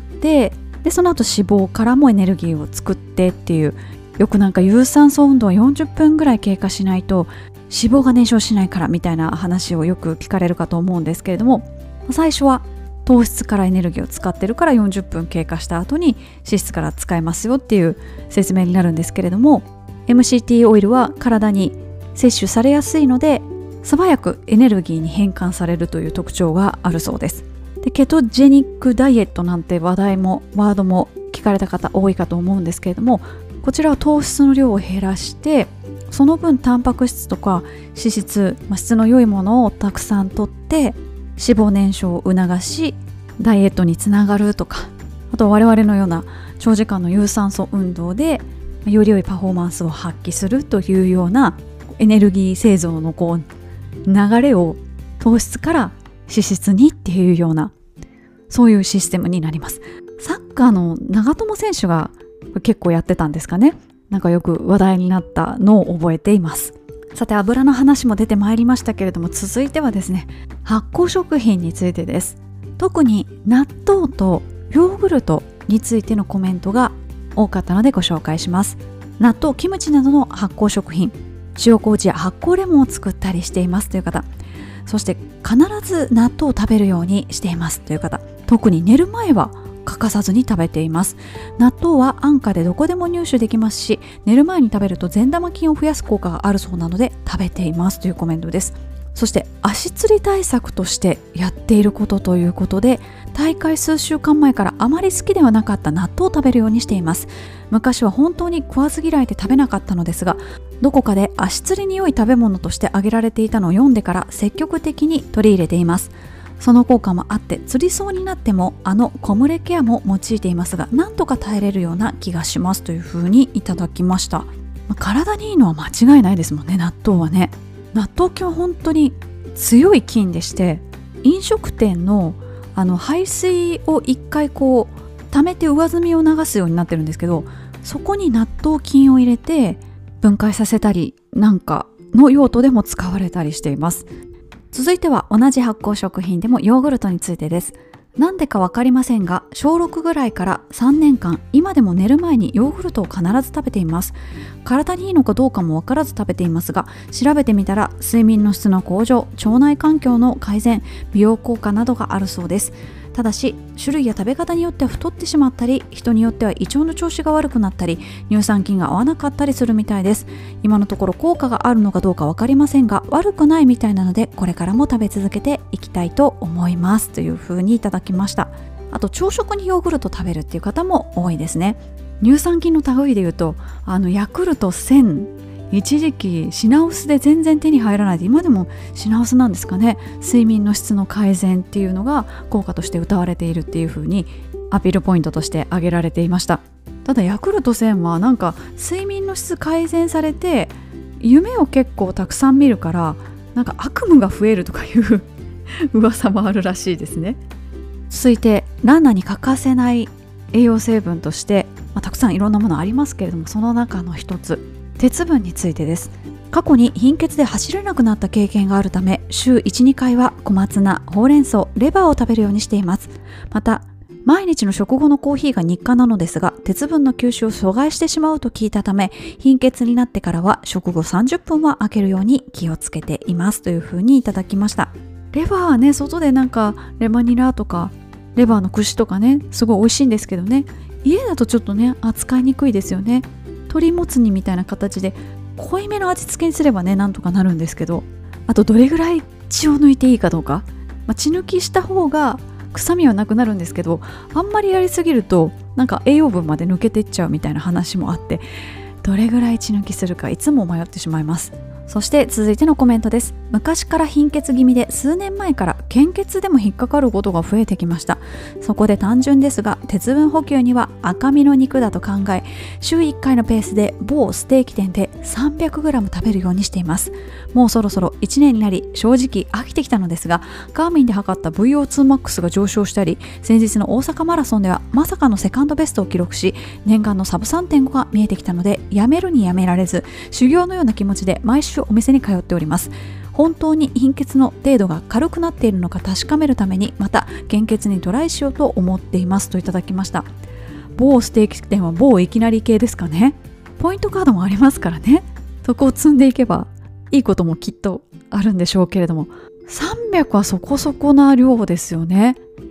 でその後脂肪からもエネルギーを作ってっていう、よくなんか有酸素運動は40分ぐらい経過しないと脂肪が燃焼しないからみたいな話をよく聞かれるかと思うんですけれども、最初は糖質からエネルギーを使ってるから40分経過した後に脂質から使えますよっていう説明になるんですけれども、 MCT オイルは体に摂取されやすいので素早くエネルギーに変換されるという特徴があるそうです。でケトジェニックダイエットなんてワードも聞かれた方多いかと思うんですけれども、こちらは糖質の量を減らしてその分タンパク質とか脂質、質の良いものをたくさんとって脂肪燃焼を促しダイエットにつながるとか、あと我々のような長時間の有酸素運動でより良いパフォーマンスを発揮するというようなエネルギー製造の流れを糖質から脂質にっていうようなそういうシステムになります。サッカーの長友選手が結構やってたんですかね。なんかよく話題になったのを覚えています。さて油の話も出てまいりましたけれども、続いてはですね、発酵食品についてです。特に納豆とヨーグルトについてのコメントが多かったのでご紹介します。納豆、キムチなどの発酵食品、塩麹や発酵レモンを作ったりしていますという方、そして必ず納豆を食べるようにしていますという方、特に寝る前は欠かさずに食べています。納豆は安価でどこでも入手できますし、寝る前に食べると善玉菌を増やす効果があるそうなので食べていますというコメントです。そして足つり対策としてやっていることということで、大会数週間前からあまり好きではなかった納豆を食べるようにしています。昔は本当に食わず嫌いで食べなかったのですが、どこかで足つりに良い食べ物として挙げられていたのを読んでから積極的に取り入れています。その効果もあってつりそうになってもコムレケアも用いていますが、なんとか耐えれるような気がしますというふうにいただきました。体にいいのは間違いないですもんね、納豆はね。納豆菌は本当に強い菌でして、飲食店の排水を一回溜めて上澄みを流すようになってるんですけど、そこに納豆菌を入れて分解させたりなんかの用途でも使われたりしています。続いては同じ発酵食品でもヨーグルトについてです。なんでかわかりませんが、小6ぐらいから3年間今でも寝る前にヨーグルトを必ず食べています。体にいいのかどうかもわからず食べていますが、調べてみたら睡眠の質の向上、腸内環境の改善、美容効果などがあるそうです。ただし種類や食べ方によっては太ってしまったり、人によっては胃腸の調子が悪くなったり、乳酸菌が合わなかったりするみたいです。今のところ効果があるのかどうか分かりませんが、悪くないみたいなのでこれからも食べ続けていきたいと思いますというふうにいただきました。あと朝食にヨーグルト食べるっていう方も多いですね。乳酸菌の類でいうとヤクルト1000、一時期品薄で全然手に入らないで、今でも品薄なんですかね。睡眠の質の改善っていうのが効果として謳われているっていう風にアピールポイントとして挙げられていました。ただヤクルト1000はなんか睡眠の質改善されて夢を結構たくさん見るからなんか悪夢が増えるとかいう噂もあるらしいですね。続いてランナーに欠かせない栄養成分として、たくさんいろんなものありますけれども、その中の一つ鉄分についてです。過去に貧血で走れなくなった経験があるため、週 1,2 回は小松菜、ほうれん草、レバーを食べるようにしています。また毎日の食後のコーヒーが日課なのですが、鉄分の吸収を阻害してしまうと聞いたため、貧血になってからは食後30分は空けるように気をつけていますというふうにいただきました。レバーはね、外でなんかレバニラとかレバーの串とかね、すごい美味しいんですけどね、家だとちょっとね扱いにくいですよね。鶏もつ煮みたいな形で濃いめの味付けにすればねなんとかなるんですけど、あとどれぐらい血を抜いていいかどうか、血抜きした方が臭みはなくなるんですけど、あんまりやりすぎるとなんか栄養分まで抜けていっちゃうみたいな話もあって、どれぐらい血抜きするかいつも迷ってしまいます。そして続いてのコメントです。昔から貧血気味で数年前から献血でも引っかかることが増えてきました。そこで単純ですが、鉄分補給には赤身の肉だと考え、週1回のペースで某ステーキ店で 300g 食べるようにしています。もうそろそろ1年になり正直飽きてきたのですが、ガーミンで測った VO2max が上昇したり、先日の大阪マラソンではまさかのセカンドベストを記録し、念願のサブ 3.5 が見えてきたので、やめるにやめられず修行のような気持ちで毎週お店に通っております。本当に貧血の程度が軽くなっているのか確かめるために、また献血にトライしようと思っていますといただきました。某ステーキ店は某いきなり系ですかね。ポイントカードもありますからね。そこを積んでいけばいいこともきっとあるんでしょうけれども、300はそこそこな量ですよね。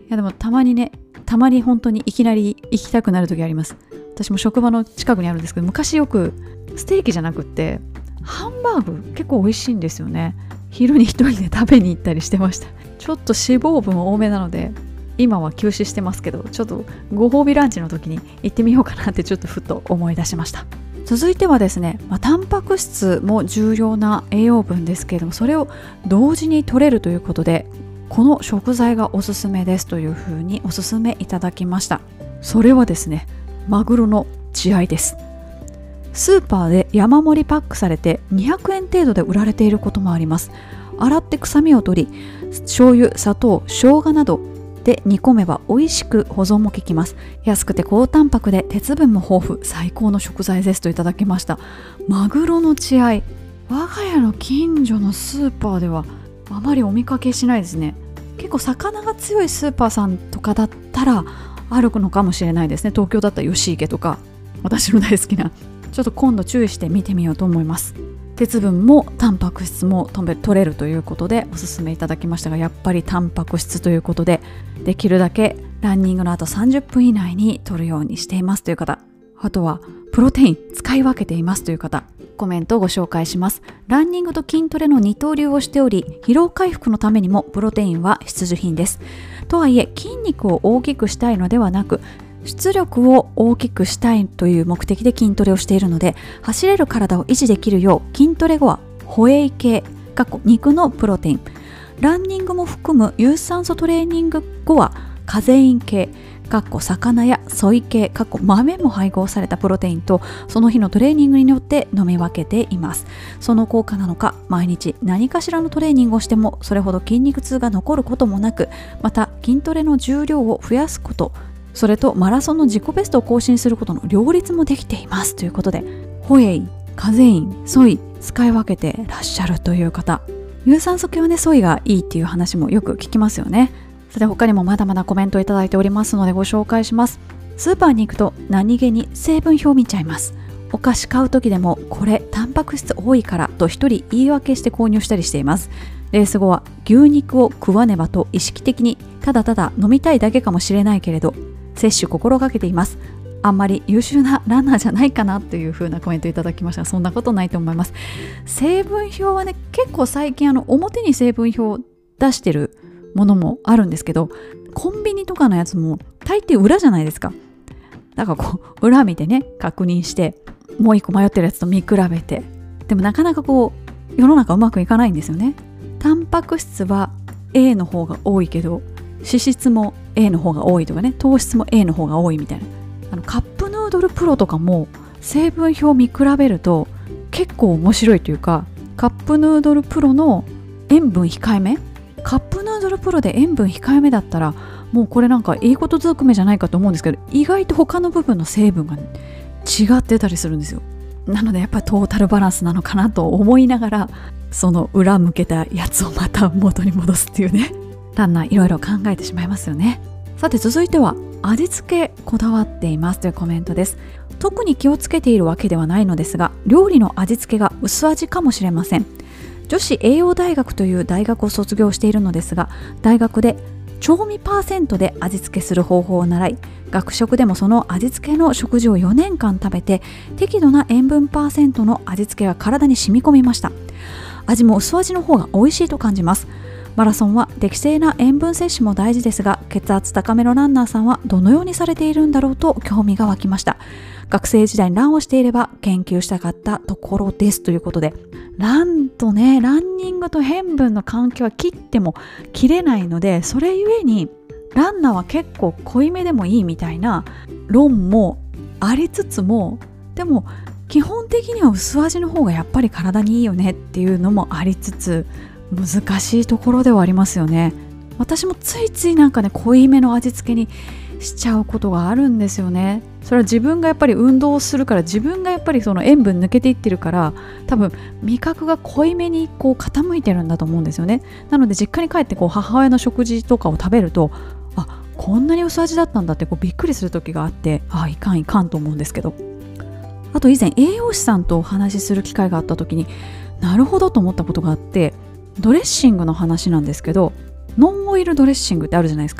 やでもたまに本当にいきなり行きたくなる時あります。私も職場の近くにあるんですけど、昔よくステーキじゃなくってハンバーグ結構美味しいんですよね。昼に一人で食べに行ったりしてました。ちょっと脂肪分多めなので今は休止してますけど、ちょっとご褒美ランチの時に行ってみようかなってちょっとふと思い出しました。続いてはですね、タンパク質も重要な栄養分ですけれども、それを同時に摂れるということで、この食材がおすすめですというふうにおすすめいただきました。それはですね、マグロの血合いです。スーパーで山盛りパックされて200円程度で売られていることもあります。洗って臭みを取り、醤油、砂糖、生姜などで煮込めば美味しく保存も効きます。安くて高タンパクで鉄分も豊富、最高の食材ですといただきました。マグロの血合い、我が家の近所のスーパーではあまりお見かけしないですね。結構魚が強いスーパーさんとかだったらあるのかもしれないですね。東京だったら吉池とか、私の大好きな、ちょっと今度注意して見てみようと思います。鉄分もタンパク質も取れるということでおすすめいただきましたが、やっぱりタンパク質ということで、できるだけランニングの後30分以内に摂るようにしていますという方、あとはプロテイン使い分けていますという方、コメントをご紹介します。ランニングと筋トレの二刀流をしており、疲労回復のためにもプロテインは必需品です。とはいえ筋肉を大きくしたいのではなく、出力を大きくしたいという目的で筋トレをしているので、走れる体を維持できるよう筋トレ後はホエイ系肉のプロテイン、ランニングも含む有酸素トレーニング後はカゼイン系魚やソイ系豆も配合されたプロテインと、その日のトレーニングによって飲み分けています。その効果なのか、毎日何かしらのトレーニングをしてもそれほど筋肉痛が残ることもなく、また筋トレの重量を増やすこと、それとマラソンの自己ベストを更新することの両立もできていますということで、ホエイ、カゼイン、ソイ使い分けてらっしゃるという方、有酸素系はね、ソイがいいっていう話もよく聞きますよね。それで他にもまだまだコメントいただいておりますのでご紹介します。スーパーに行くと何気に成分表見ちゃいます。お菓子買う時でもこれタンパク質多いからと一人言い訳して購入したりしています。レース後は牛肉を食わねばと意識的にただただ飲みたいだけかもしれないけれど摂取心がけています。あんまり優秀なランナーじゃないかなという風なコメントいただきましたが、そんなことないと思います。成分表はね、結構最近表に成分表出してるものもあるんですけど、コンビニとかのやつも大抵裏じゃないですか。だから裏見てね、確認してもう一個迷ってるやつと見比べて、でもなかなか世の中うまくいかないんですよね。タンパク質は A の方が多いけど脂質も A の方が多いとかね、糖質も A の方が多いみたいな、カップヌードルプロとかも成分表見比べると結構面白いというか、カップヌードルプロの塩分控えめ、カップヌードルプロで塩分控えめだったらもうこれなんかいいことずくめじゃないかと思うんですけど、意外と他の部分の成分が違ってたりするんですよ。なのでやっぱりトータルバランスなのかなと思いながら、その裏向けたやつをまた元に戻すっていうね、ランナーいろいろ考えてしまいますよね。さて続いては味付けこだわっていますというコメントです。特に気をつけているわけではないのですが、料理の味付けが薄味かもしれません。女子栄養大学という大学を卒業しているのですが、大学で調味パーセントで味付けする方法を習い、学食でもその味付けの食事を4年間食べて、適度な塩分パーセントの味付けが体に染み込みました。味も薄味の方が美味しいと感じます。マラソンは適正な塩分摂取も大事ですが、血圧高めのランナーさんはどのようにされているんだろうと興味が湧きました。学生時代にランをしていれば研究したかったところですということで、ランニングと塩分の関係は切っても切れないので、それゆえにランナーは結構濃いめでもいいみたいな論もありつつも、でも基本的には薄味の方がやっぱり体にいいよねっていうのもありつつ、難しいところではありますよね。私もついついなんかね、濃いめの味付けにしちゃうことがあるんですよね。それは自分がやっぱり運動をするから、自分がやっぱりその塩分抜けていってるから、多分味覚が濃いめに傾いてるんだと思うんですよね。なので実家に帰って母親の食事とかを食べると、あ、こんなに薄味だったんだってびっくりする時があって、いかんと思うんですけど、あと以前栄養士さんとお話しする機会があった時になるほどと思ったことがあって、ドレッシングの話なんですけど、ノンオイルドレッシングってあるじゃないですか。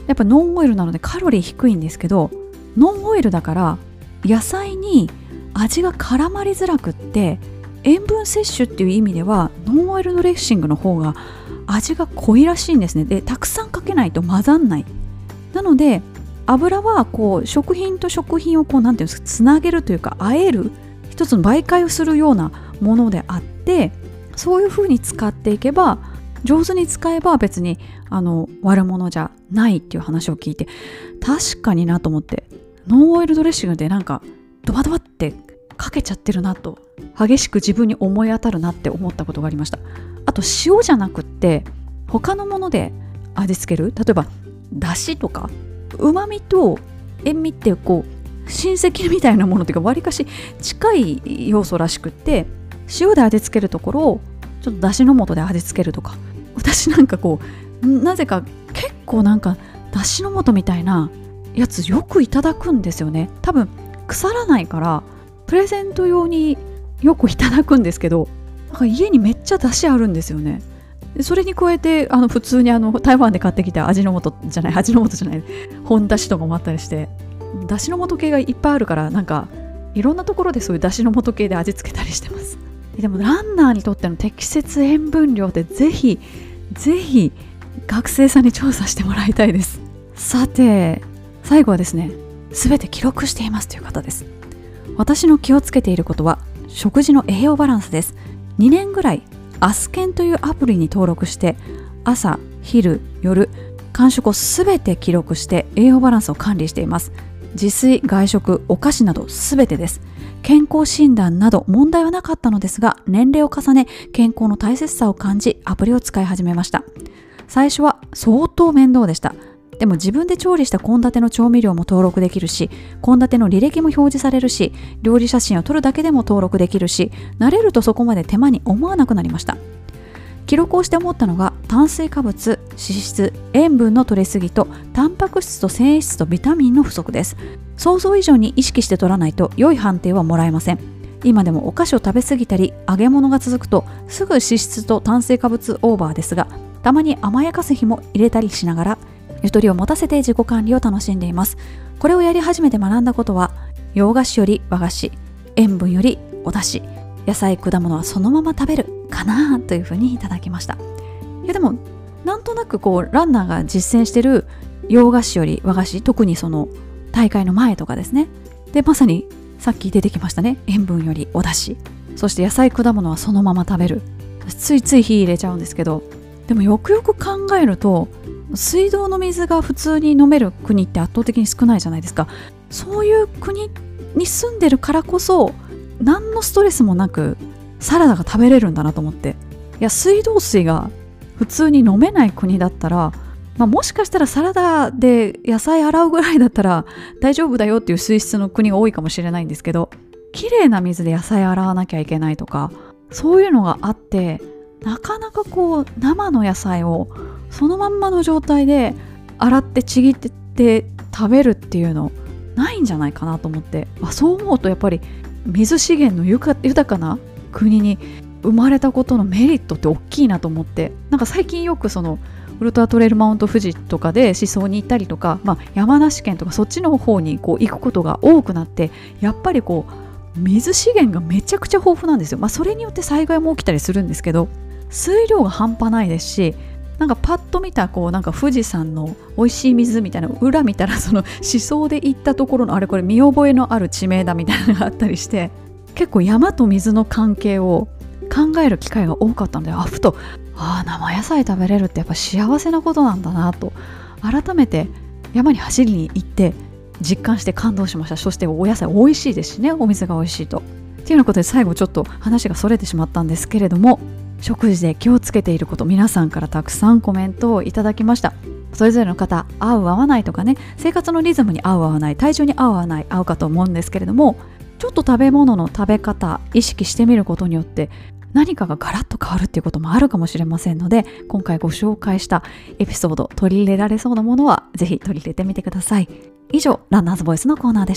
やっぱノンオイルなのでカロリー低いんですけど、ノンオイルだから野菜に味が絡まりづらくって、塩分摂取っていう意味ではノンオイルドレッシングの方が味が濃いらしいんですね。でたくさんかけないと混ざんない。なので油はこう食品と食品をこうなんていうんですか、つなげるというか、和える一つの媒介をするようなものであって、そういう風に使っていけば、上手に使えば別に悪者じゃないっていう話を聞いて、確かになと思って、ノンオイルドレッシングでなんかドバドバってかけちゃってるなと、激しく自分に思い当たるなって思ったことがありました。あと塩じゃなくって他のもので味付ける、例えばだしとか、旨味と塩味ってこう親戚みたいなものというか、わりかし近い要素らしくって、塩で味付けるところをちょっとだしの素で味付けるとか、私なんかこうなぜか結構なんかだしの素みたいなやつよくいただくんですよね。多分腐らないからプレゼント用によくいただくんですけど、なんか家にめっちゃだしあるんですよね。でそれに加えて普通に台湾で買ってきた味の素じゃない本だしとかもあったりして、だしの素系がいっぱいあるから、なんかいろんなところでそういうだしの素系で味付けたりしてます。でもランナーにとっての適切塩分量でぜひ学生さんに調査してもらいたいです。さて最後はですね、すべて記録していますという方です。私の気をつけていることは食事の栄養バランスです。2年ぐらいアスケンというアプリに登録して、朝、昼、夜、間食をすべて記録して栄養バランスを管理しています。自炊、外食、お菓子などすべてです。健康診断など問題はなかったのですが、年齢を重ね健康の大切さを感じアプリを使い始めました。最初は相当面倒でした。でも自分で調理した献立の調味料も登録できるし、献立の履歴も表示されるし、料理写真を撮るだけでも登録できるし、慣れるとそこまで手間に思わなくなりました。記録をして思ったのが、炭水化物、脂質、塩分の摂りすぎと、タンパク質と繊維質とビタミンの不足です。想像以上に意識して取らないと良い判定はもらえません。今でもお菓子を食べ過ぎたり揚げ物が続くとすぐ脂質と炭水化物オーバーですが、たまに甘やかす日も入れたりしながらゆとりを持たせて自己管理を楽しんでいます。これをやり始めて学んだことは、洋菓子より和菓子、塩分よりお出汁、野菜果物はそのまま食べるかなというふうにいただきました。いやでもなんとなくこうランナーが実践してる洋菓子より和菓子、特にその大会の前とかですね、でまさにさっき出てきましたね、塩分よりお出汁、そして野菜果物はそのまま食べる。ついつい火入れちゃうんですけど、でもよくよく考えると水道の水が普通に飲める国って圧倒的に少ないじゃないですか。そういう国に住んでるからこそ何のストレスもなくサラダが食べれるんだなと思って、いや水道水が普通に飲めない国だったら、もしかしたらサラダで野菜洗うぐらいだったら大丈夫だよっていう水質の国が多いかもしれないんですけど、綺麗な水で野菜洗わなきゃいけないとか、そういうのがあって、なかなかこう生の野菜をそのまんまの状態で洗ってちぎって食べるっていうのないんじゃないかなと思って、そう思うとやっぱり水資源の豊かな国に生まれたことのメリットって大きいなと思って、なんか最近よくそのウルトラトレイルマウント富士とかで思想に行ったりとか、山梨県とかそっちの方にこう行くことが多くなって、やっぱりこう水資源がめちゃくちゃ豊富なんですよ。それによって災害も起きたりするんですけど、水量が半端ないですし、なんかパッと見たこうなんか富士山の美味しい水みたいな裏見たら、その思想で行ったところのこれ見覚えのある地名だみたいなのがあったりして、結構山と水の関係を考える機会が多かったので、ふと生野菜食べれるってやっぱ幸せなことなんだなと改めて山に走りに行って実感して感動しました。そしてお野菜美味しいですしね、お水が美味しいと。っていうようなことで最後ちょっと話がそれてしまったんですけれども、食事で気をつけていること、皆さんからたくさんコメントをいただきました。それぞれの方、合う合わないとかね、生活のリズムに合う合わない、体重に合う合わない、合うかと思うんですけれども、ちょっと食べ物の食べ方意識してみることによって何かがガラッと変わるっていうこともあるかもしれませんので、今回ご紹介したエピソード、取り入れられそうなものはぜひ取り入れてみてください。以上、ランナーズボイスのコーナーでした。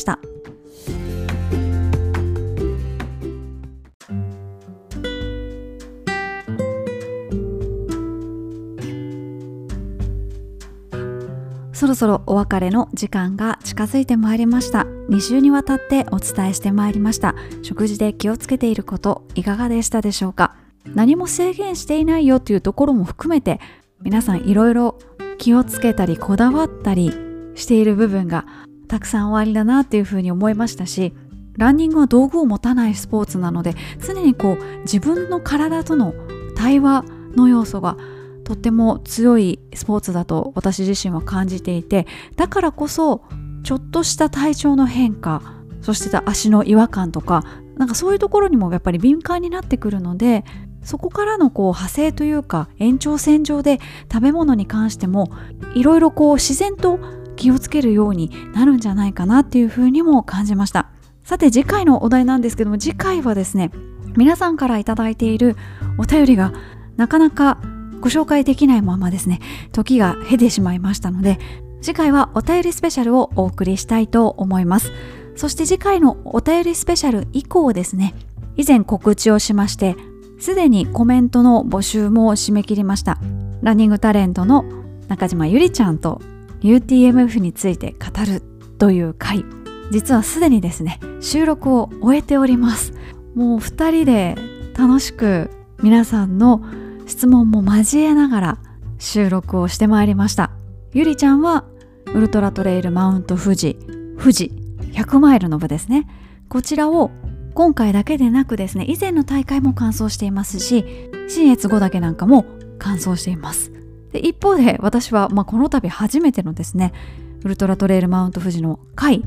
そそろそろお別れの時間が近づいてまいりました。2週にわたってお伝えしてまいりました。食事で気をつけていることいかがでしたでしょうか。何も制限していないよというところも含めて、皆さんいろいろ気をつけたりこだわったりしている部分がたくさんおありだなっていうふうに思いましたし、ランニングは道具を持たないスポーツなので、常に自分の体との対話の要素がとっても強いスポーツだと私自身は感じていて、だからこそちょっとした体調の変化、そして足の違和感とか、そういうところにもやっぱり敏感になってくるので、そこからの派生というか延長線上で食べ物に関してもいろいろ自然と気をつけるようになるんじゃないかなっていうふうにも感じました。さて次回のお題なんですけども、次回はですね、皆さんからいただいているお便りがなかなかご紹介できないままですね、時が経てしまいましたので、次回はお便りスペシャルをお送りしたいと思います。そして次回のお便りスペシャル以降ですね、以前告知をしまして、すでにコメントの募集も締め切りました。ランニングタレントの中島ゆりちゃんと UTMF について語るという回、実はすでにですね、収録を終えております。もう2人で楽しく皆さんの質問も交えながら収録をしてまいりました。ゆりちゃんはウルトラトレイルマウント富士100マイルの部ですね、こちらを今回だけでなくですね、以前の大会も完走していますし、信越5岳なんかも完走しています。で一方で私は、この度初めてのですね、ウルトラトレイルマウント富士の回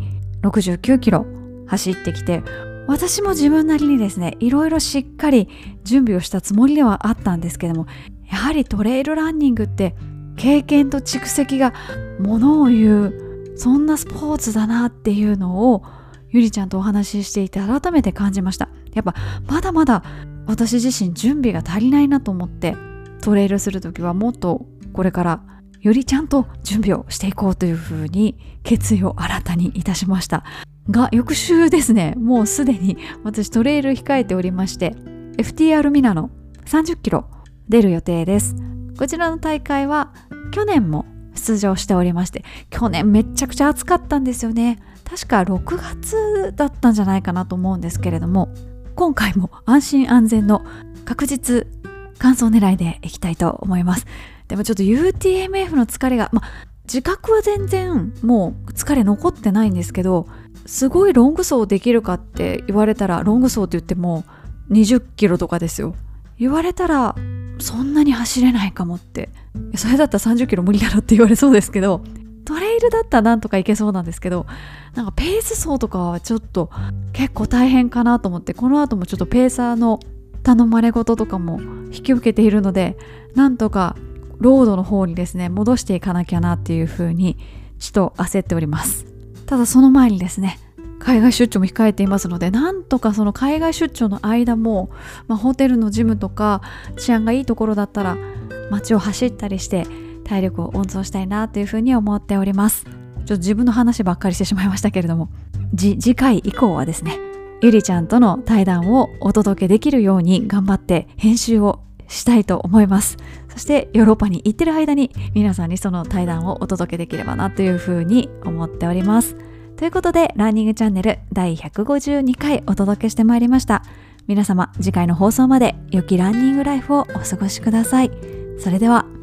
69キロ走ってきて、私も自分なりにですね、いろいろしっかり準備をしたつもりではあったんですけども、やはりトレイルランニングって経験と蓄積がものを言う、そんなスポーツだなっていうのをゆりちゃんとお話ししていて改めて感じました。やっぱまだまだ私自身準備が足りないなと思って、トレイルするときはもっとこれからよりちゃんと準備をしていこうというふうに決意を新たにいたしましたが、翌週ですね、もうすでに私トレイル控えておりまして、 FTR ミラノ30キロ出る予定です。こちらの大会は去年も出場しておりまして、去年めっちゃくちゃ暑かったんですよね。確か6月だったんじゃないかなと思うんですけれども、今回も安心安全の確実完走狙いでいきたいと思います。でもちょっと UTMF の疲れが、自覚は全然もう疲れ残ってないんですけど、すごいロング走できるかって言われたら、ロング走って言っても20キロとかですよ。言われたらそんなに走れないかもって、それだったら30キロ無理だろって言われそうですけど、トレイルだったらなんとかいけそうなんですけど、ペース走とかはちょっと結構大変かなと思って、この後もちょっとペーサーの頼まれ事とかも引き受けているので、なんとかロードの方にですね戻していかなきゃなっていう風にちょっと焦っております。ただその前にですね、海外出張も控えていますので、なんとかその海外出張の間も、ホテルのジムとか治安がいいところだったら街を走ったりして体力を温存したいなというふうに思っております。ちょっと自分の話ばっかりしてしまいましたけれども、次回以降はですね、ゆりちゃんとの対談をお届けできるように頑張って編集をしたいと思います。そしてヨーロッパに行ってる間に皆さんにその対談をお届けできればなというふうに思っております。ということで、ランニングチャンネル第152回お届けしてまいりました。皆様次回の放送まで良きランニングライフをお過ごしください。それでは。